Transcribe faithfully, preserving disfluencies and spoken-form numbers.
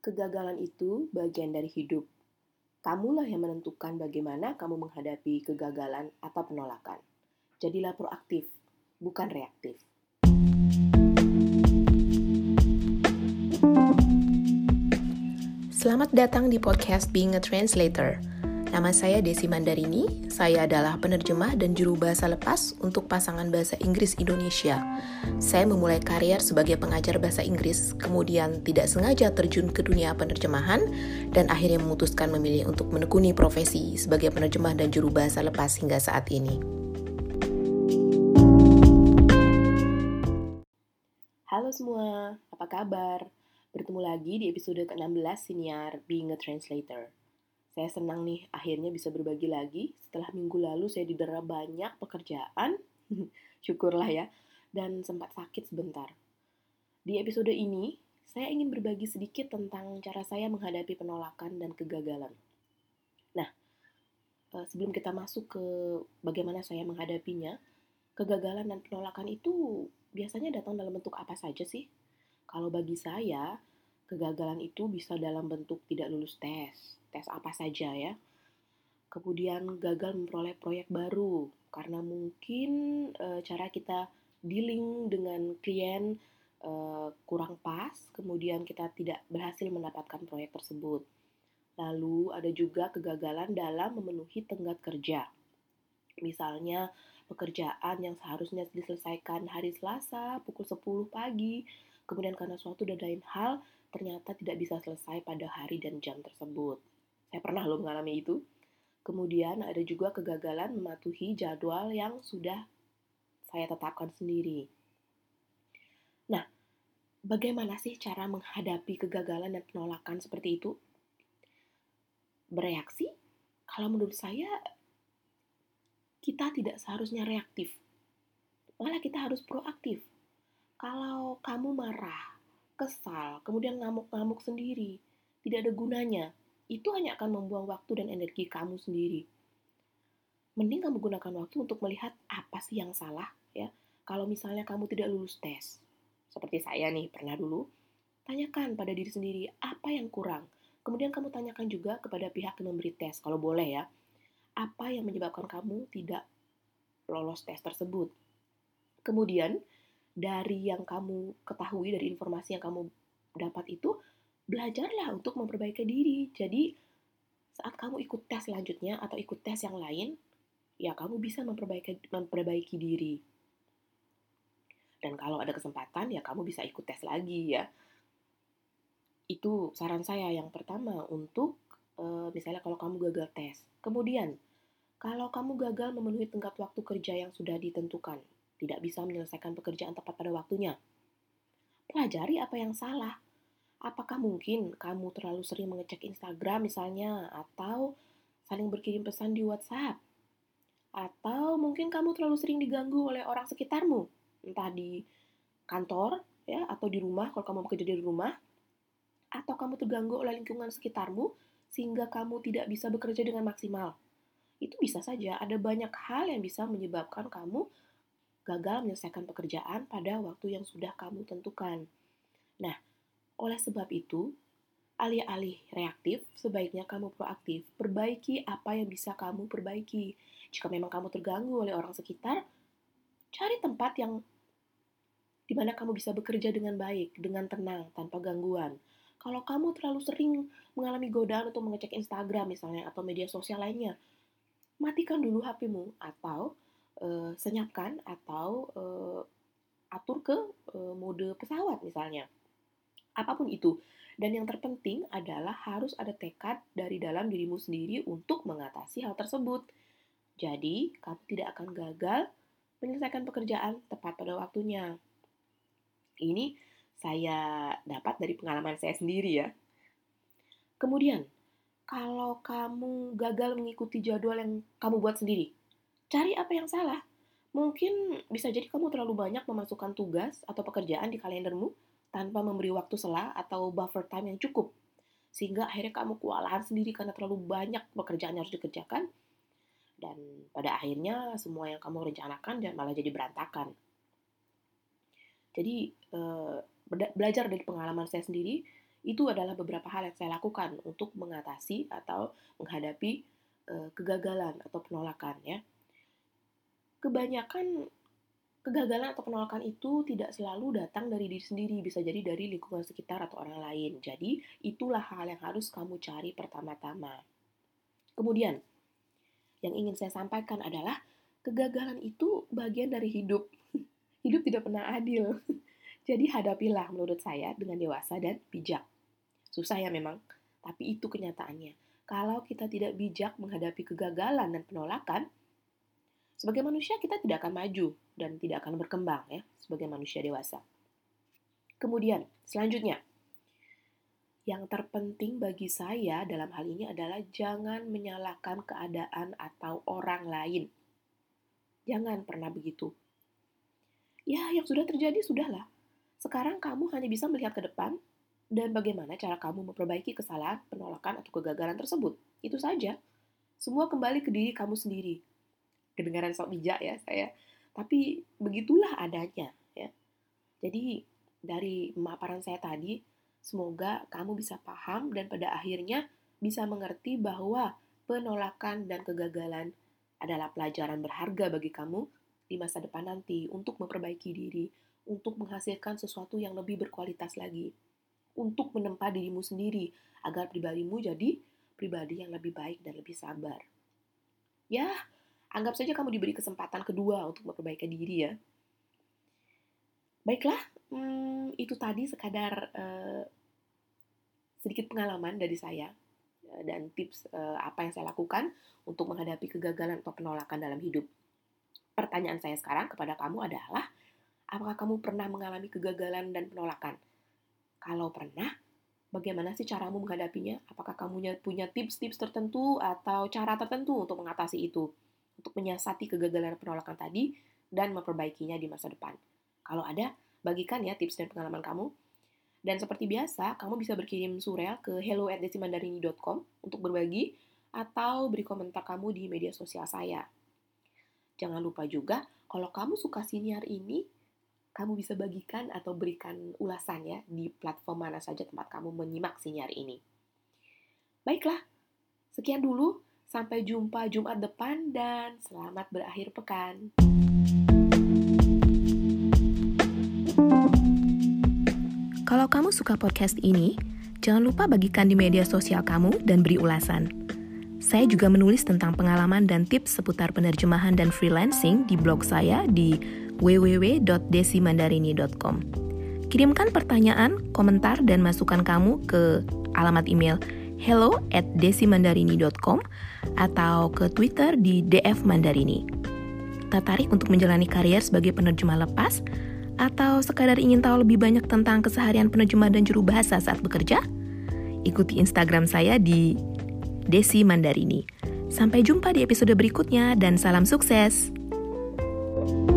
Kegagalan itu bagian dari hidup. Kamulah yang menentukan bagaimana kamu menghadapi kegagalan atau penolakan. Jadilah proaktif, bukan reaktif. Selamat datang di podcast Being a Translator. Nama saya Desi Mandarini, saya adalah penerjemah dan juru bahasa lepas untuk pasangan bahasa Inggris Indonesia. Saya memulai karier sebagai pengajar bahasa Inggris, kemudian tidak sengaja terjun ke dunia penerjemahan, dan akhirnya memutuskan memilih untuk menekuni profesi sebagai penerjemah dan juru bahasa lepas hingga saat ini. Halo semua, apa kabar? Bertemu lagi di episode ke enam belas siniar Being a Translator. Saya senang nih akhirnya bisa berbagi lagi setelah minggu lalu saya didera banyak pekerjaan, syukurlah ya, dan sempat sakit sebentar. Di episode ini, saya ingin berbagi sedikit tentang cara saya menghadapi penolakan dan kegagalan. Nah, sebelum kita masuk ke bagaimana saya menghadapinya, kegagalan dan penolakan itu biasanya datang dalam bentuk apa saja sih? Kalau bagi saya, kegagalan itu bisa dalam bentuk tidak lulus tes, tes apa saja ya. Kemudian gagal memperoleh proyek baru, karena mungkin e, cara kita dealing dengan klien e, kurang pas, kemudian kita tidak berhasil mendapatkan proyek tersebut. Lalu ada juga kegagalan dalam memenuhi tenggat kerja. Misalnya pekerjaan yang seharusnya diselesaikan hari Selasa pukul sepuluh pagi, kemudian karena suatu dan lain hal ternyata tidak bisa selesai pada hari dan jam tersebut. Saya pernah loh mengalami itu. Kemudian ada juga kegagalan mematuhi jadwal yang sudah saya tetapkan sendiri. Nah, bagaimana sih cara menghadapi kegagalan dan penolakan seperti itu? Bereaksi? Kalau menurut saya, kita tidak seharusnya reaktif. Malah kita harus proaktif. Kalau kamu marah, kesal, kemudian ngamuk-ngamuk sendiri, tidak ada gunanya. Itu hanya akan membuang waktu dan energi kamu sendiri. Mending kamu gunakan waktu untuk melihat apa sih yang salah, ya. Kalau misalnya kamu tidak lulus tes, seperti saya nih, pernah dulu, tanyakan pada diri sendiri apa yang kurang. Kemudian kamu tanyakan juga kepada pihak yang memberi tes, kalau boleh ya, apa yang menyebabkan kamu tidak lolos tes tersebut. Kemudian, dari yang kamu ketahui, dari informasi yang kamu dapat itu, belajarlah untuk memperbaiki diri. Jadi, saat kamu ikut tes selanjutnya atau ikut tes yang lain, ya kamu bisa memperbaiki, memperbaiki diri. Dan kalau ada kesempatan, ya kamu bisa ikut tes lagi ya. Itu saran saya yang pertama untuk, e, misalnya kalau kamu gagal tes. Kemudian, kalau kamu gagal memenuhi tenggat waktu kerja yang sudah ditentukan, tidak bisa menyelesaikan pekerjaan tepat pada waktunya, pelajari apa yang salah. Apakah mungkin kamu terlalu sering mengecek Instagram misalnya, atau saling berkirim pesan di WhatsApp? Atau mungkin kamu terlalu sering diganggu oleh orang sekitarmu, entah di kantor, ya, atau di rumah kalau kamu bekerja di rumah, atau kamu terganggu oleh lingkungan sekitarmu sehingga kamu tidak bisa bekerja dengan maksimal. Itu bisa saja, ada banyak hal yang bisa menyebabkan kamu gagal menyelesaikan pekerjaan pada waktu yang sudah kamu tentukan. Nah, oleh sebab itu, alih-alih reaktif, sebaiknya kamu proaktif. Perbaiki apa yang bisa kamu perbaiki. Jika memang kamu terganggu oleh orang sekitar, cari tempat yang di mana kamu bisa bekerja dengan baik, dengan tenang, tanpa gangguan. Kalau kamu terlalu sering mengalami godaan untuk mengecek Instagram misalnya, atau media sosial lainnya, matikan dulu H P-mu, atau e, senyapkan, atau e, atur ke e, mode pesawat misalnya. Apapun itu. Dan yang terpenting adalah harus ada tekad dari dalam dirimu sendiri untuk mengatasi hal tersebut. Jadi, kamu tidak akan gagal menyelesaikan pekerjaan tepat pada waktunya. Ini saya dapat dari pengalaman saya sendiri ya. Kemudian, kalau kamu gagal mengikuti jadwal yang kamu buat sendiri, cari apa yang salah. Mungkin bisa jadi kamu terlalu banyak memasukkan tugas atau pekerjaan di kalendermu tanpa memberi waktu sela atau buffer time yang cukup. Sehingga akhirnya kamu kewalahan sendiri karena terlalu banyak pekerjaan yang harus dikerjakan. Dan pada akhirnya semua yang kamu rencanakan malah jadi berantakan. Jadi belajar dari pengalaman saya sendiri, Itu adalah beberapa hal yang saya lakukan untuk mengatasi atau menghadapi uh, kegagalan atau penolakan ya. Kebanyakan kegagalan atau penolakan itu tidak selalu datang dari diri sendiri, bisa jadi dari lingkungan sekitar atau orang lain. Jadi, itulah hal yang harus kamu cari pertama-tama. Kemudian, yang ingin saya sampaikan adalah kegagalan itu bagian dari hidup. Hidup tidak pernah adil. Jadi, hadapilah menurut saya dengan dewasa dan bijak. Susah ya memang, tapi itu kenyataannya. Kalau kita tidak bijak menghadapi kegagalan dan penolakan, sebagai manusia kita tidak akan maju dan tidak akan berkembang ya sebagai manusia dewasa. Kemudian, selanjutnya, yang terpenting bagi saya dalam hal ini adalah jangan menyalahkan keadaan atau orang lain. Jangan pernah begitu. Ya, yang sudah terjadi sudahlah. Sekarang kamu hanya bisa melihat ke depan dan bagaimana cara kamu memperbaiki kesalahan, penolakan, atau kegagalan tersebut. Itu saja. Semua kembali ke diri kamu sendiri. Kedengaran sok bijak ya saya, tapi begitulah adanya ya. Jadi dari pemaparan saya tadi, semoga kamu bisa paham dan pada akhirnya bisa mengerti bahwa penolakan dan kegagalan adalah pelajaran berharga bagi kamu di masa depan nanti untuk memperbaiki diri, untuk menghasilkan sesuatu yang lebih berkualitas lagi, untuk menempa dirimu sendiri agar pribadimu jadi pribadi yang lebih baik dan lebih sabar. Ya, anggap saja kamu diberi kesempatan kedua untuk memperbaiki diri ya. Baiklah, hmm, itu tadi sekadar uh, sedikit pengalaman dari saya uh, dan tips uh, apa yang saya lakukan untuk menghadapi kegagalan atau penolakan dalam hidup. Pertanyaan saya sekarang kepada kamu adalah, apakah kamu pernah mengalami kegagalan dan penolakan? Kalau pernah, bagaimana sih caramu menghadapinya? Apakah kamu punya tips-tips tertentu atau cara tertentu untuk mengatasi itu? Untuk menyiasati kegagalan dan penolakan tadi dan memperbaikinya di masa depan. Kalau ada, bagikan ya tips dan pengalaman kamu. Dan seperti biasa, kamu bisa berkirim surel ke hello at desimandarini dot com untuk berbagi atau beri komentar kamu di media sosial saya. Jangan lupa juga, kalau kamu suka siniar ini, kamu bisa bagikan atau berikan ulasan ya di platform mana saja tempat kamu menyimak siniar ini. Baiklah, sekian dulu. Sampai jumpa Jumat depan dan selamat berakhir pekan. Kalau kamu suka podcast ini, jangan lupa bagikan di media sosial kamu dan beri ulasan. Saya juga menulis tentang pengalaman dan tips seputar penerjemahan dan freelancing di blog saya di w w w dot desimandarini dot com. Kirimkan pertanyaan, komentar, dan masukan kamu ke alamat email hello at desimandarini dot com atau ke Twitter di d f mandarini. Tertarik untuk menjalani karier sebagai penerjemah lepas? Atau sekadar ingin tahu lebih banyak tentang keseharian penerjemah dan juru bahasa saat bekerja? Ikuti Instagram saya di Desi Mandarini. Sampai jumpa di episode berikutnya dan salam sukses!